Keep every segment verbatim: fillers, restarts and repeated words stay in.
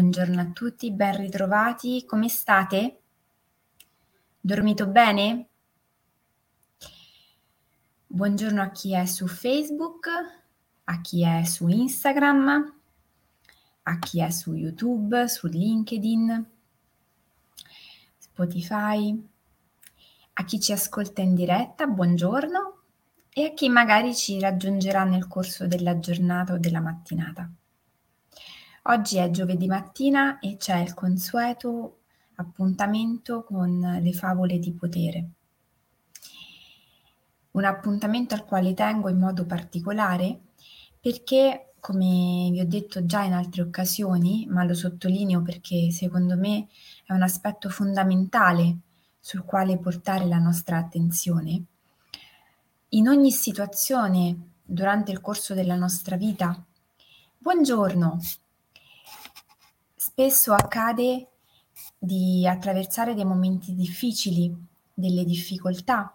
Buongiorno a tutti, ben ritrovati. Come state? Dormito bene? Buongiorno a chi è su Facebook, a chi è su Instagram, a chi è su YouTube, su LinkedIn, Spotify, a chi ci ascolta in diretta, buongiorno, e a chi magari ci raggiungerà nel corso della giornata o della mattinata. Oggi è giovedì mattina e c'è il consueto appuntamento con le favole di potere. Un appuntamento al quale tengo in modo particolare perché, come vi ho detto già in altre occasioni, ma lo sottolineo perché secondo me è un aspetto fondamentale sul quale portare la nostra attenzione, in ogni situazione durante il corso della nostra vita, buongiorno, spesso accade di attraversare dei momenti difficili, delle difficoltà,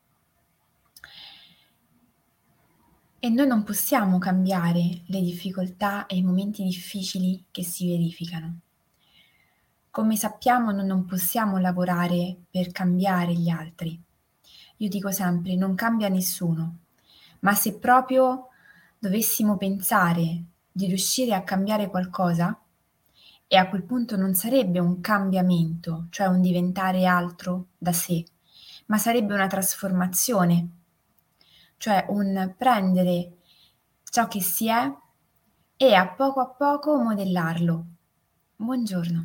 e noi non possiamo cambiare le difficoltà e i momenti difficili che si verificano. Come sappiamo, noi non possiamo lavorare per cambiare gli altri. Io dico sempre, non cambia nessuno, ma se proprio dovessimo pensare di riuscire a cambiare qualcosa, e a quel punto non sarebbe un cambiamento, cioè un diventare altro da sé, ma sarebbe una trasformazione, cioè un prendere ciò che si è e a poco a poco modellarlo. Buongiorno.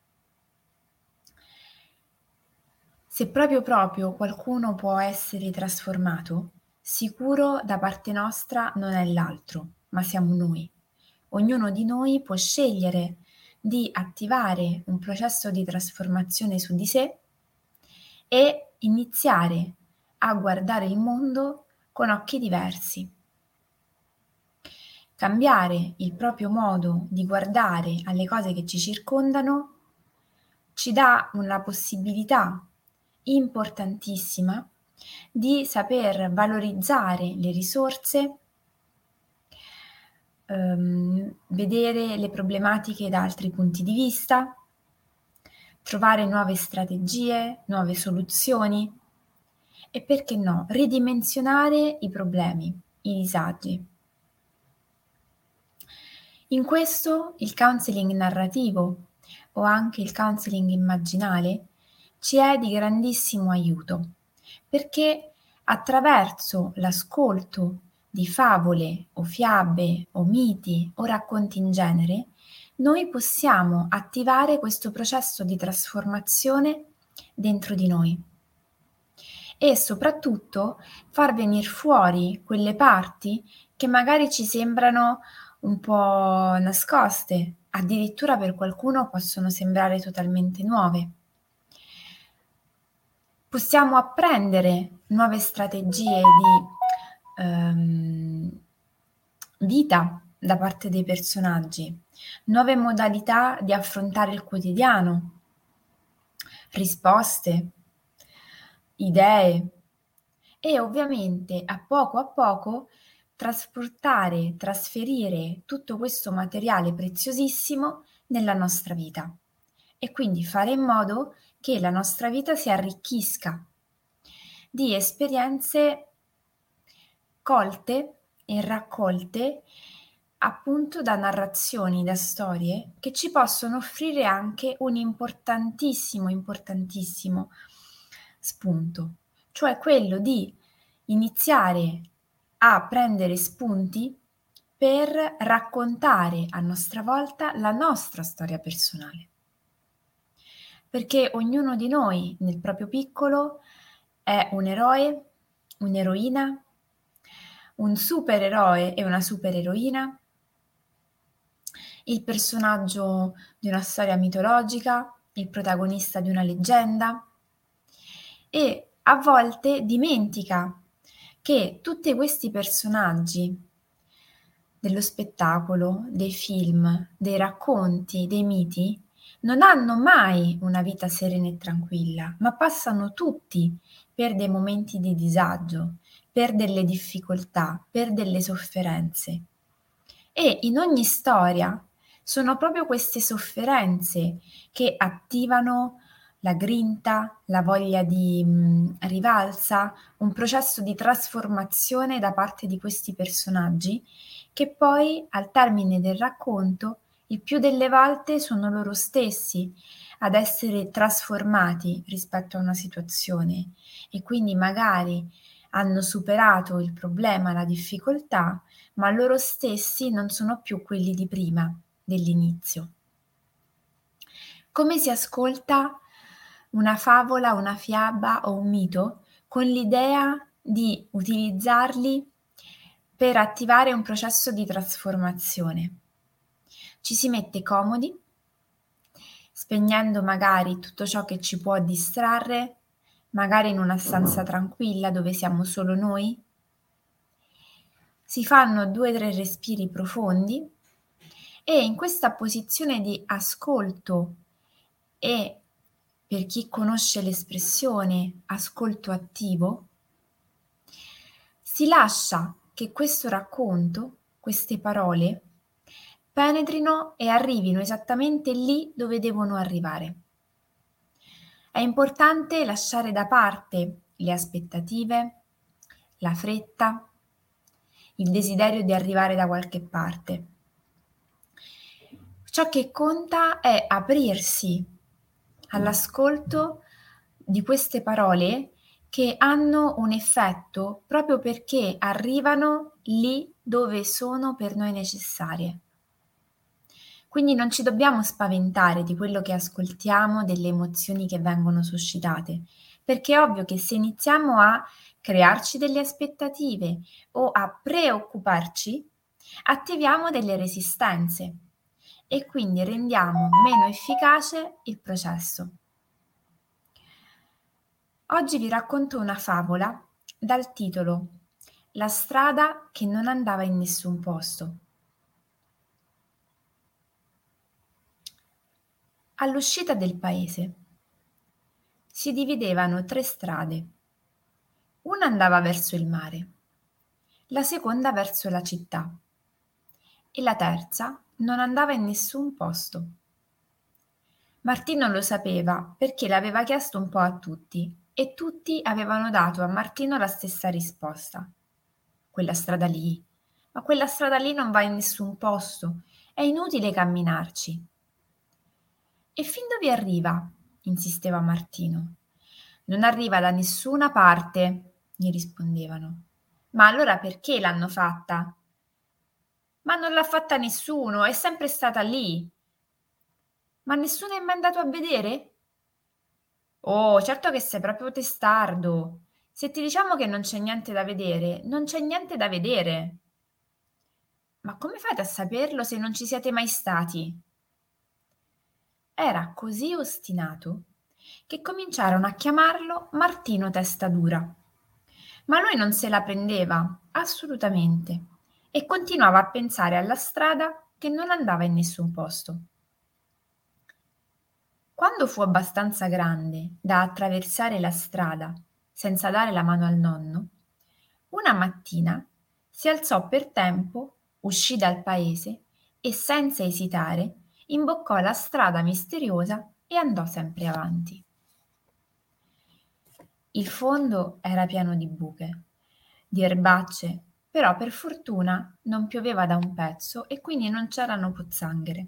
Se proprio proprio qualcuno può essere trasformato, sicuro da parte nostra non è l'altro, ma siamo noi. Ognuno di noi può scegliere di attivare un processo di trasformazione su di sé e iniziare a guardare il mondo con occhi diversi. Cambiare il proprio modo di guardare alle cose che ci circondano ci dà una possibilità importantissima di saper valorizzare le risorse, ehm, vedere le problematiche da altri punti di vista, trovare nuove strategie, nuove soluzioni e, perché no, ridimensionare i problemi, i disagi. In questo il counseling narrativo o anche il counseling immaginale ci è di grandissimo aiuto, perché attraverso l'ascolto di favole o fiabe o miti o racconti in genere, noi possiamo attivare questo processo di trasformazione dentro di noi e soprattutto far venir fuori quelle parti che magari ci sembrano un po' nascoste, addirittura per qualcuno possono sembrare totalmente nuove. Possiamo apprendere nuove strategie di ehm, vita da parte dei personaggi, nuove modalità di affrontare il quotidiano, risposte, idee e ovviamente a poco a poco trasportare, trasferire tutto questo materiale preziosissimo nella nostra vita e quindi fare in modo che la nostra vita si arricchisca di esperienze colte e raccolte appunto da narrazioni, da storie che ci possono offrire anche un importantissimo, importantissimo spunto, cioè quello di iniziare a prendere spunti per raccontare a nostra volta la nostra storia personale. Perché ognuno di noi nel proprio piccolo è un eroe, un'eroina, un supereroe e una supereroina, il personaggio di una storia mitologica, il protagonista di una leggenda e a volte dimentica che tutti questi personaggi dello spettacolo, dei film, dei racconti, dei miti, non hanno mai una vita serena e tranquilla, ma passano tutti per dei momenti di disagio, per delle difficoltà, per delle sofferenze. E in ogni storia Sono proprio queste sofferenze che attivano la grinta, la voglia di, mhmm, rivalsa, un processo di trasformazione da parte di questi personaggi, che poi al termine del racconto, il più delle volte sono loro stessi ad essere trasformati rispetto a una situazione e quindi magari hanno superato il problema, la difficoltà, ma loro stessi non sono più quelli di prima, dell'inizio. Come si ascolta una favola, una fiaba o un mito con l'idea di utilizzarli per attivare un processo di trasformazione. Ci si mette comodi, spegnendo magari tutto ciò che ci può distrarre, magari in una stanza tranquilla dove siamo solo noi. Si fanno due o tre respiri profondi e in questa posizione di ascolto e, per chi conosce l'espressione ascolto attivo, si lascia che questo racconto, queste parole, penetrino e arrivino esattamente lì dove devono arrivare. È importante lasciare da parte le aspettative, la fretta, il desiderio di arrivare da qualche parte. Ciò che conta è aprirsi all'ascolto di queste parole che hanno un effetto proprio perché arrivano lì dove sono per noi necessarie. Quindi non ci dobbiamo spaventare di quello che ascoltiamo, delle emozioni che vengono suscitate, perché è ovvio che se iniziamo a crearci delle aspettative o a preoccuparci, attiviamo delle resistenze e quindi rendiamo meno efficace il processo. Oggi vi racconto una favola dal titolo La strada che non andava in nessun posto. All'uscita del paese si dividevano tre strade. Una andava verso il mare, la seconda verso la città e la terza non andava in nessun posto. Martino lo sapeva perché l'aveva chiesto un po' a tutti e tutti avevano dato a Martino la stessa risposta. Quella strada lì, ma quella strada lì non va in nessun posto, è inutile camminarci. E fin dove arriva? Insisteva Martino. Non arriva da nessuna parte, gli rispondevano. Ma allora perché l'hanno fatta? Ma non l'ha fatta nessuno, è sempre stata lì. Ma nessuno è mai andato a vedere? Oh, certo che sei proprio testardo. Se ti diciamo che non c'è niente da vedere, non c'è niente da vedere. Ma come fate a saperlo se non ci siete mai stati? Era così ostinato che cominciarono a chiamarlo Martino Testadura. Ma lui non se la prendeva, assolutamente, e continuava a pensare alla strada che non andava in nessun posto. Quando fu abbastanza grande da attraversare la strada senza dare la mano al nonno, una mattina si alzò per tempo, uscì dal paese e senza esitare imboccò la strada misteriosa e andò sempre avanti. Il fondo era pieno di buche, di erbacce, però per fortuna non pioveva da un pezzo e quindi non c'erano pozzanghere.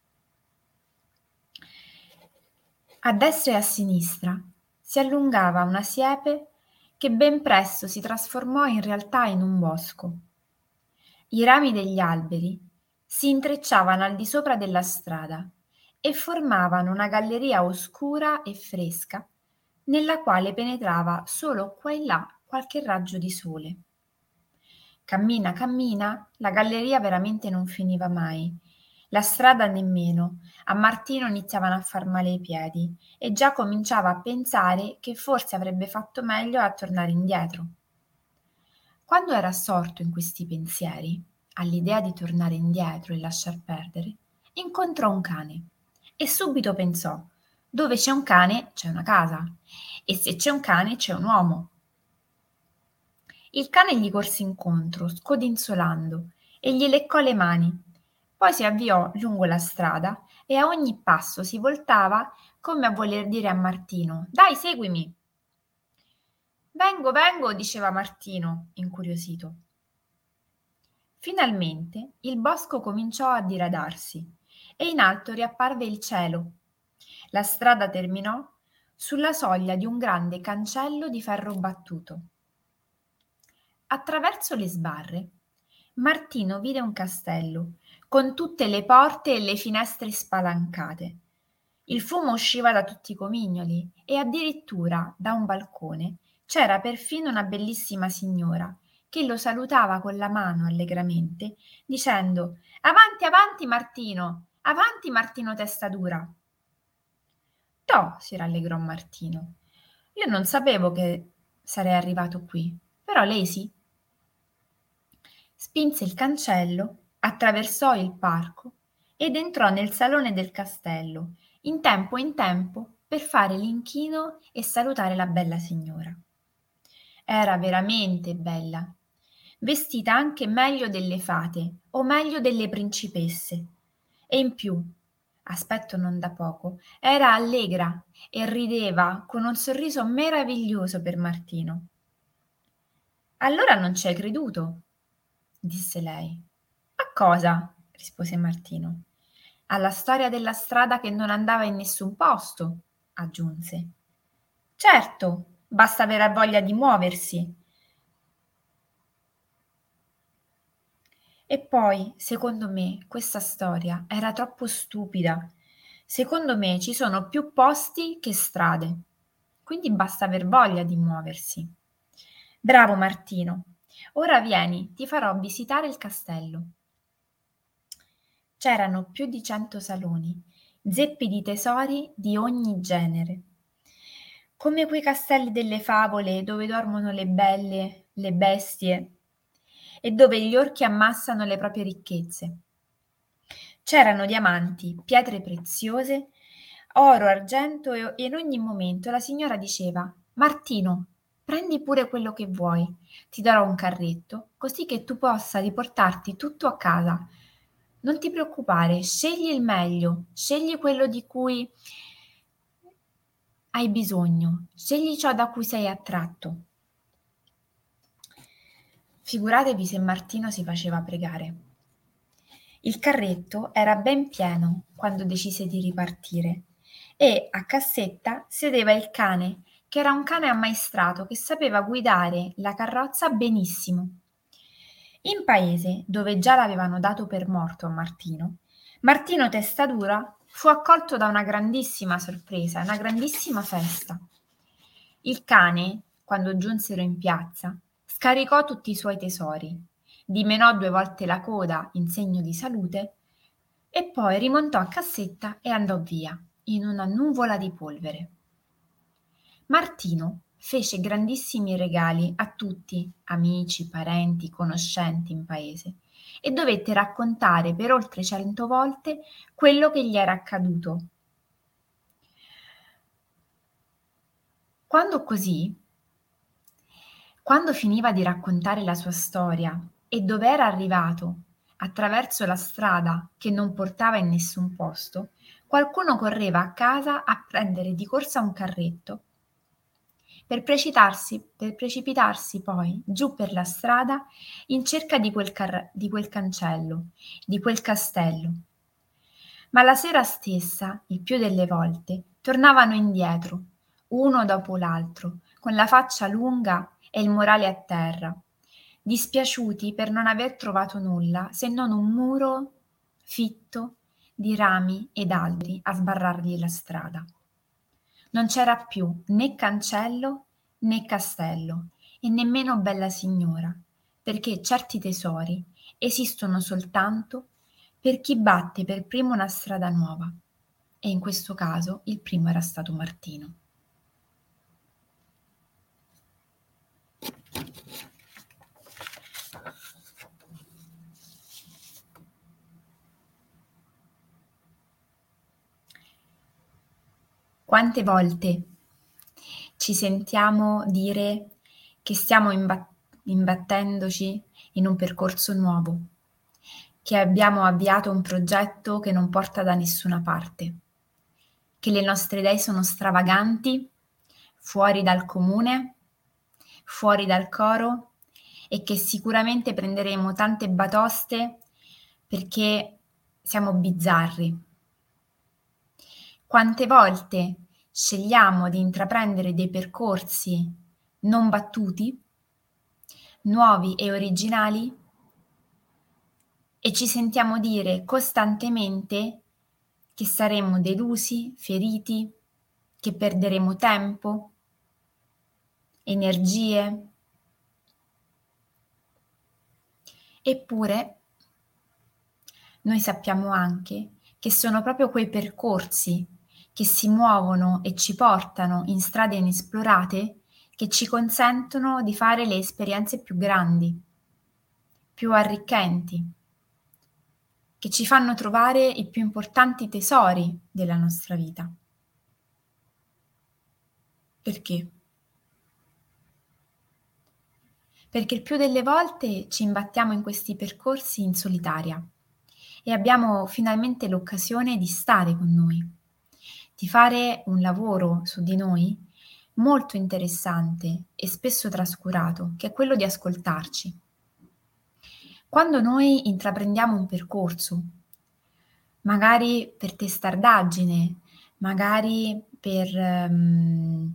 A destra e a sinistra si allungava una siepe che ben presto si trasformò in realtà in un bosco. I rami degli alberi si intrecciavano al di sopra della strada e formavano una galleria oscura e fresca nella quale penetrava solo qua e là qualche raggio di sole. Cammina, cammina, la galleria veramente non finiva mai. La strada nemmeno. A Martino iniziavano a far male i piedi e già cominciava a pensare che forse avrebbe fatto meglio a tornare indietro. Quando era assorto in questi pensieri, all'idea di tornare indietro e lasciar perdere, incontrò un cane e subito pensò: dove c'è un cane c'è una casa e se c'è un cane c'è un uomo. Il cane gli corse incontro, scodinzolando, e gli leccò le mani. Poi si avviò lungo la strada e a ogni passo si voltava come a voler dire a Martino: «Dai, seguimi!» «Vengo, vengo!» diceva Martino, incuriosito. Finalmente il bosco cominciò a diradarsi e in alto riapparve il cielo. La strada terminò sulla soglia di un grande cancello di ferro battuto. Attraverso le sbarre, Martino vide un castello con tutte le porte e le finestre spalancate. Il fumo usciva da tutti i comignoli e addirittura da un balcone c'era perfino una bellissima signora che lo salutava con la mano allegramente, dicendo: «Avanti, avanti, Martino! Avanti, Martino Testadura!» «Toh!» si rallegrò Martino. «Io non sapevo che sarei arrivato qui, però lei sì». Spinse il cancello, attraversò il parco ed entrò nel salone del castello, in tempo in tempo per fare l'inchino e salutare la bella signora. Era veramente bella, vestita anche meglio delle fate o meglio delle principesse, e in più, aspetto non da poco, era allegra e rideva con un sorriso meraviglioso per Martino. «Allora non ci hai creduto?» disse lei. «A cosa?» rispose Martino. «Alla storia della strada che non andava in nessun posto», aggiunse. «Certo, basta avere voglia di muoversi». E poi, secondo me, questa storia era troppo stupida. Secondo me ci sono più posti che strade, quindi basta aver voglia di muoversi. Bravo Martino, ora vieni, ti farò visitare il castello. C'erano più di cento saloni, zeppi di tesori di ogni genere, come quei castelli delle favole dove dormono le belle, le bestie e dove gli orchi ammassano le proprie ricchezze. C'erano diamanti, pietre preziose, oro, argento e in ogni momento la signora diceva: «Martino, prendi pure quello che vuoi, ti darò un carretto, così che tu possa riportarti tutto a casa. Non ti preoccupare, scegli il meglio, scegli quello di cui hai bisogno, scegli ciò da cui sei attratto». Figuratevi se Martino si faceva pregare. Il carretto era ben pieno quando decise di ripartire e a cassetta sedeva il cane, che era un cane ammaestrato che sapeva guidare la carrozza benissimo. In paese, dove già l'avevano dato per morto a Martino, Martino Testadura fu accolto da una grandissima sorpresa, una grandissima festa. Il cane, quando giunsero in piazza, scaricò tutti i suoi tesori, dimenò due volte la coda in segno di salute e poi rimontò a cassetta e andò via, in una nuvola di polvere. Martino fece grandissimi regali a tutti, amici, parenti, conoscenti in paese, e dovette raccontare per oltre cento volte quello che gli era accaduto. Quando così, quando finiva di raccontare la sua storia e dove era arrivato, attraverso la strada che non portava in nessun posto, qualcuno correva a casa a prendere di corsa un carretto per precipitarsi, per precipitarsi poi giù per la strada in cerca di quel, car- di quel cancello, di quel castello. Ma la sera stessa, il più delle volte, tornavano indietro, uno dopo l'altro, con la faccia lunga e il morale a terra, dispiaciuti per non aver trovato nulla se non un muro fitto di rami ed alberi a sbarrargli la strada. Non c'era più né cancello né castello e nemmeno bella signora, perché certi tesori esistono soltanto per chi batte per primo una strada nuova, e in questo caso il primo era stato Martino. Quante volte ci sentiamo dire che stiamo imbat- imbattendoci in un percorso nuovo, che abbiamo avviato un progetto che non porta da nessuna parte, che le nostre idee sono stravaganti, fuori dal comune, fuori dal coro e che sicuramente prenderemo tante batoste perché siamo bizzarri. Quante volte scegliamo di intraprendere dei percorsi non battuti, nuovi e originali, e ci sentiamo dire costantemente che saremo delusi, feriti, che perderemo tempo, energie. Eppure noi sappiamo anche che sono proprio quei percorsi che si muovono e ci portano in strade inesplorate che ci consentono di fare le esperienze più grandi, più arricchenti, che ci fanno trovare i più importanti tesori della nostra vita. Perché? Perché il più delle volte ci imbattiamo in questi percorsi in solitaria e abbiamo finalmente l'occasione di stare con noi, di fare un lavoro su di noi molto interessante e spesso trascurato, che è quello di ascoltarci. Quando noi intraprendiamo un percorso, magari per testardaggine, magari per um,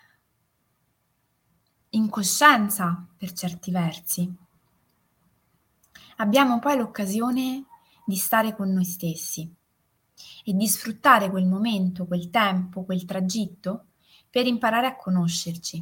incoscienza per certi versi, abbiamo poi l'occasione di stare con noi stessi e di sfruttare quel momento, quel tempo, quel tragitto per imparare a conoscerci.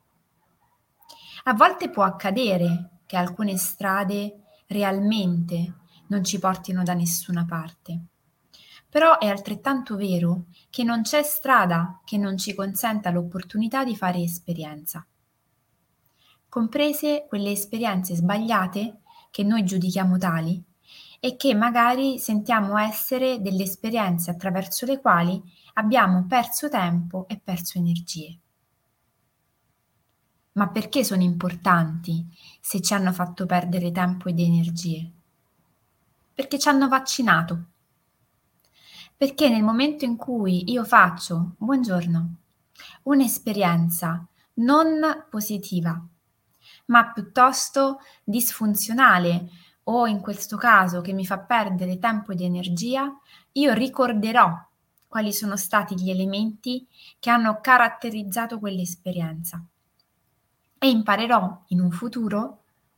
A volte può accadere che alcune strade realmente non ci portino da nessuna parte, però è altrettanto vero che non c'è strada che non ci consenta l'opportunità di fare esperienza, comprese quelle esperienze sbagliate che noi giudichiamo tali e che magari sentiamo essere delle esperienze attraverso le quali abbiamo perso tempo e perso energie. Ma perché sono importanti se ci hanno fatto perdere tempo ed energie? Perché ci hanno vaccinato. Perché nel momento in cui io faccio, buongiorno, un'esperienza non positiva, ma piuttosto disfunzionale o in questo caso che mi fa perdere tempo ed energia, io ricorderò quali sono stati gli elementi che hanno caratterizzato quell'esperienza e imparerò in un futuro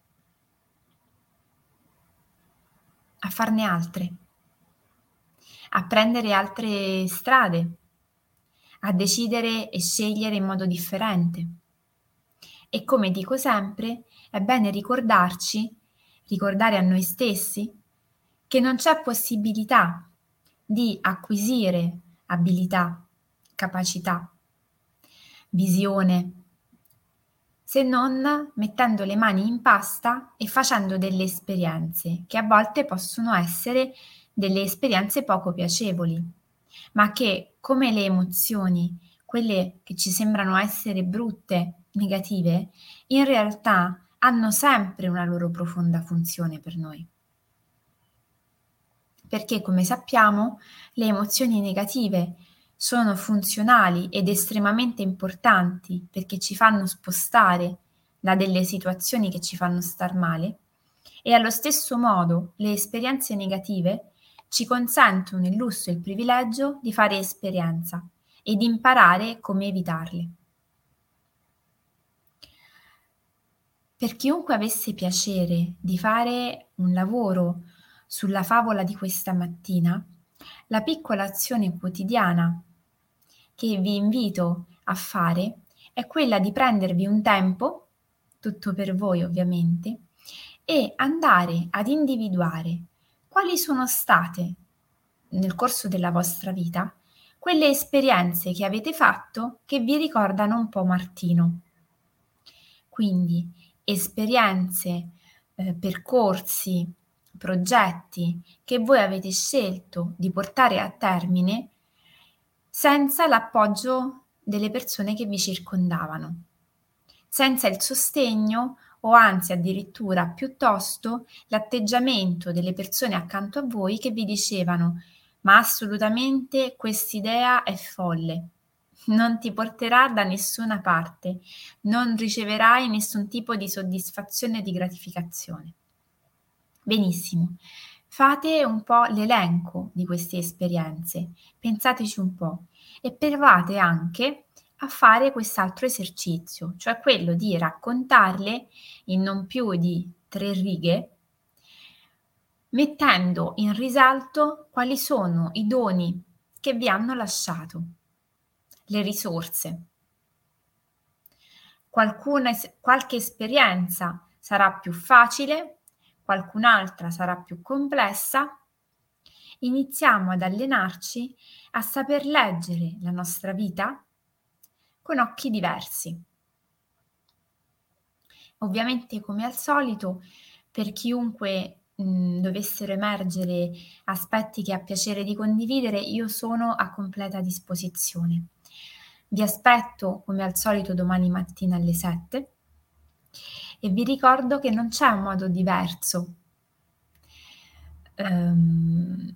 a farne altre, a prendere altre strade, a decidere e scegliere in modo differente. E come dico sempre, è bene ricordarci, ricordare a noi stessi, che non c'è possibilità di acquisire abilità, capacità, visione, se non mettendo le mani in pasta e facendo delle esperienze, che a volte possono essere delle esperienze poco piacevoli, ma che, come le emozioni, quelle che ci sembrano essere brutte, negative, in realtà hanno sempre una loro profonda funzione per noi. Perché, come sappiamo, le emozioni negative sono funzionali ed estremamente importanti perché ci fanno spostare da delle situazioni che ci fanno star male e allo stesso modo le esperienze negative ci consentono il lusso e il privilegio di fare esperienza e di imparare come evitarle. Per chiunque avesse piacere di fare un lavoro sulla favola di questa mattina, la piccola azione quotidiana che vi invito a fare è quella di prendervi un tempo, tutto per voi ovviamente, e andare ad individuare quali sono state nel corso della vostra vita quelle esperienze che avete fatto che vi ricordano un po' Martino. Quindi esperienze, eh, percorsi, progetti che voi avete scelto di portare a termine senza l'appoggio delle persone che vi circondavano, senza il sostegno o anzi addirittura piuttosto l'atteggiamento delle persone accanto a voi che vi dicevano: "Ma assolutamente quest'idea è folle, non ti porterà da nessuna parte, non riceverai nessun tipo di soddisfazione e di gratificazione". Benissimo, fate un po' l'elenco di queste esperienze, pensateci un po' e provate anche a fare quest'altro esercizio, cioè quello di raccontarle in non più di tre righe, mettendo in risalto quali sono i doni che vi hanno lasciato, le risorse. Qualcuna es qualche esperienza sarà più facile, qualcun'altra sarà più complessa. Iniziamo ad allenarci a saper leggere la nostra vita con occhi diversi. Ovviamente, come al solito, per chiunque, mhmm, dovessero emergere aspetti che ha piacere di condividere, io sono a completa disposizione. Vi aspetto, come al solito, domani mattina alle sette e vi ricordo che non c'è un modo diverso, ehm,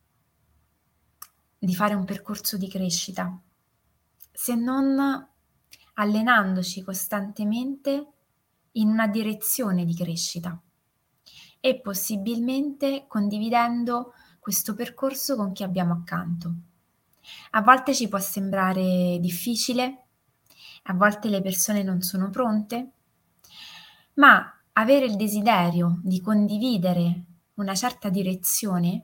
di fare un percorso di crescita, se non allenandoci costantemente in una direzione di crescita e possibilmente condividendo questo percorso con chi abbiamo accanto. A volte ci può sembrare difficile, a volte le persone non sono pronte, ma avere il desiderio di condividere una certa direzione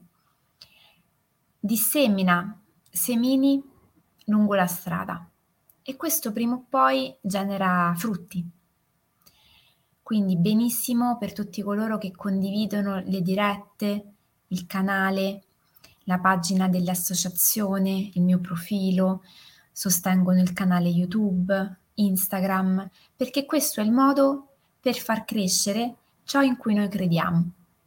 dissemina semini lungo la strada e questo prima o poi genera frutti. Quindi benissimo per tutti coloro che condividono le dirette, il canale, la pagina dell'associazione, il mio profilo, sostengono il canale YouTube, Instagram, perché questo è il modo per far crescere ciò in cui noi crediamo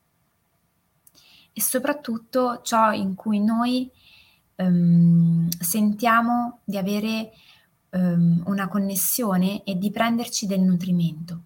e soprattutto ciò in cui noi ehm, sentiamo di avere ehm, una connessione e di prenderci del nutrimento.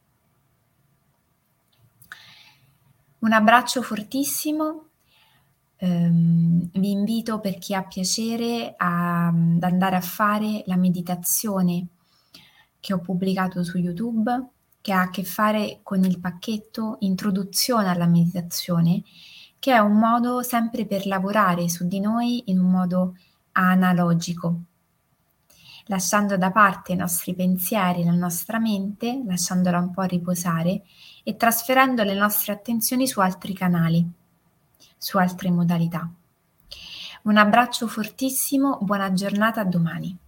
Un abbraccio fortissimo, ehm, vi invito per chi ha piacere a ad andare a fare la meditazione che ho pubblicato su YouTube, che ha a che fare con il pacchetto Introduzione alla meditazione, che è un modo sempre per lavorare su di noi in un modo analogico, lasciando da parte i nostri pensieri, la nostra mente, lasciandola un po' riposare e trasferendo le nostre attenzioni su altri canali, su altre modalità. Un abbraccio fortissimo, buona giornata, a domani.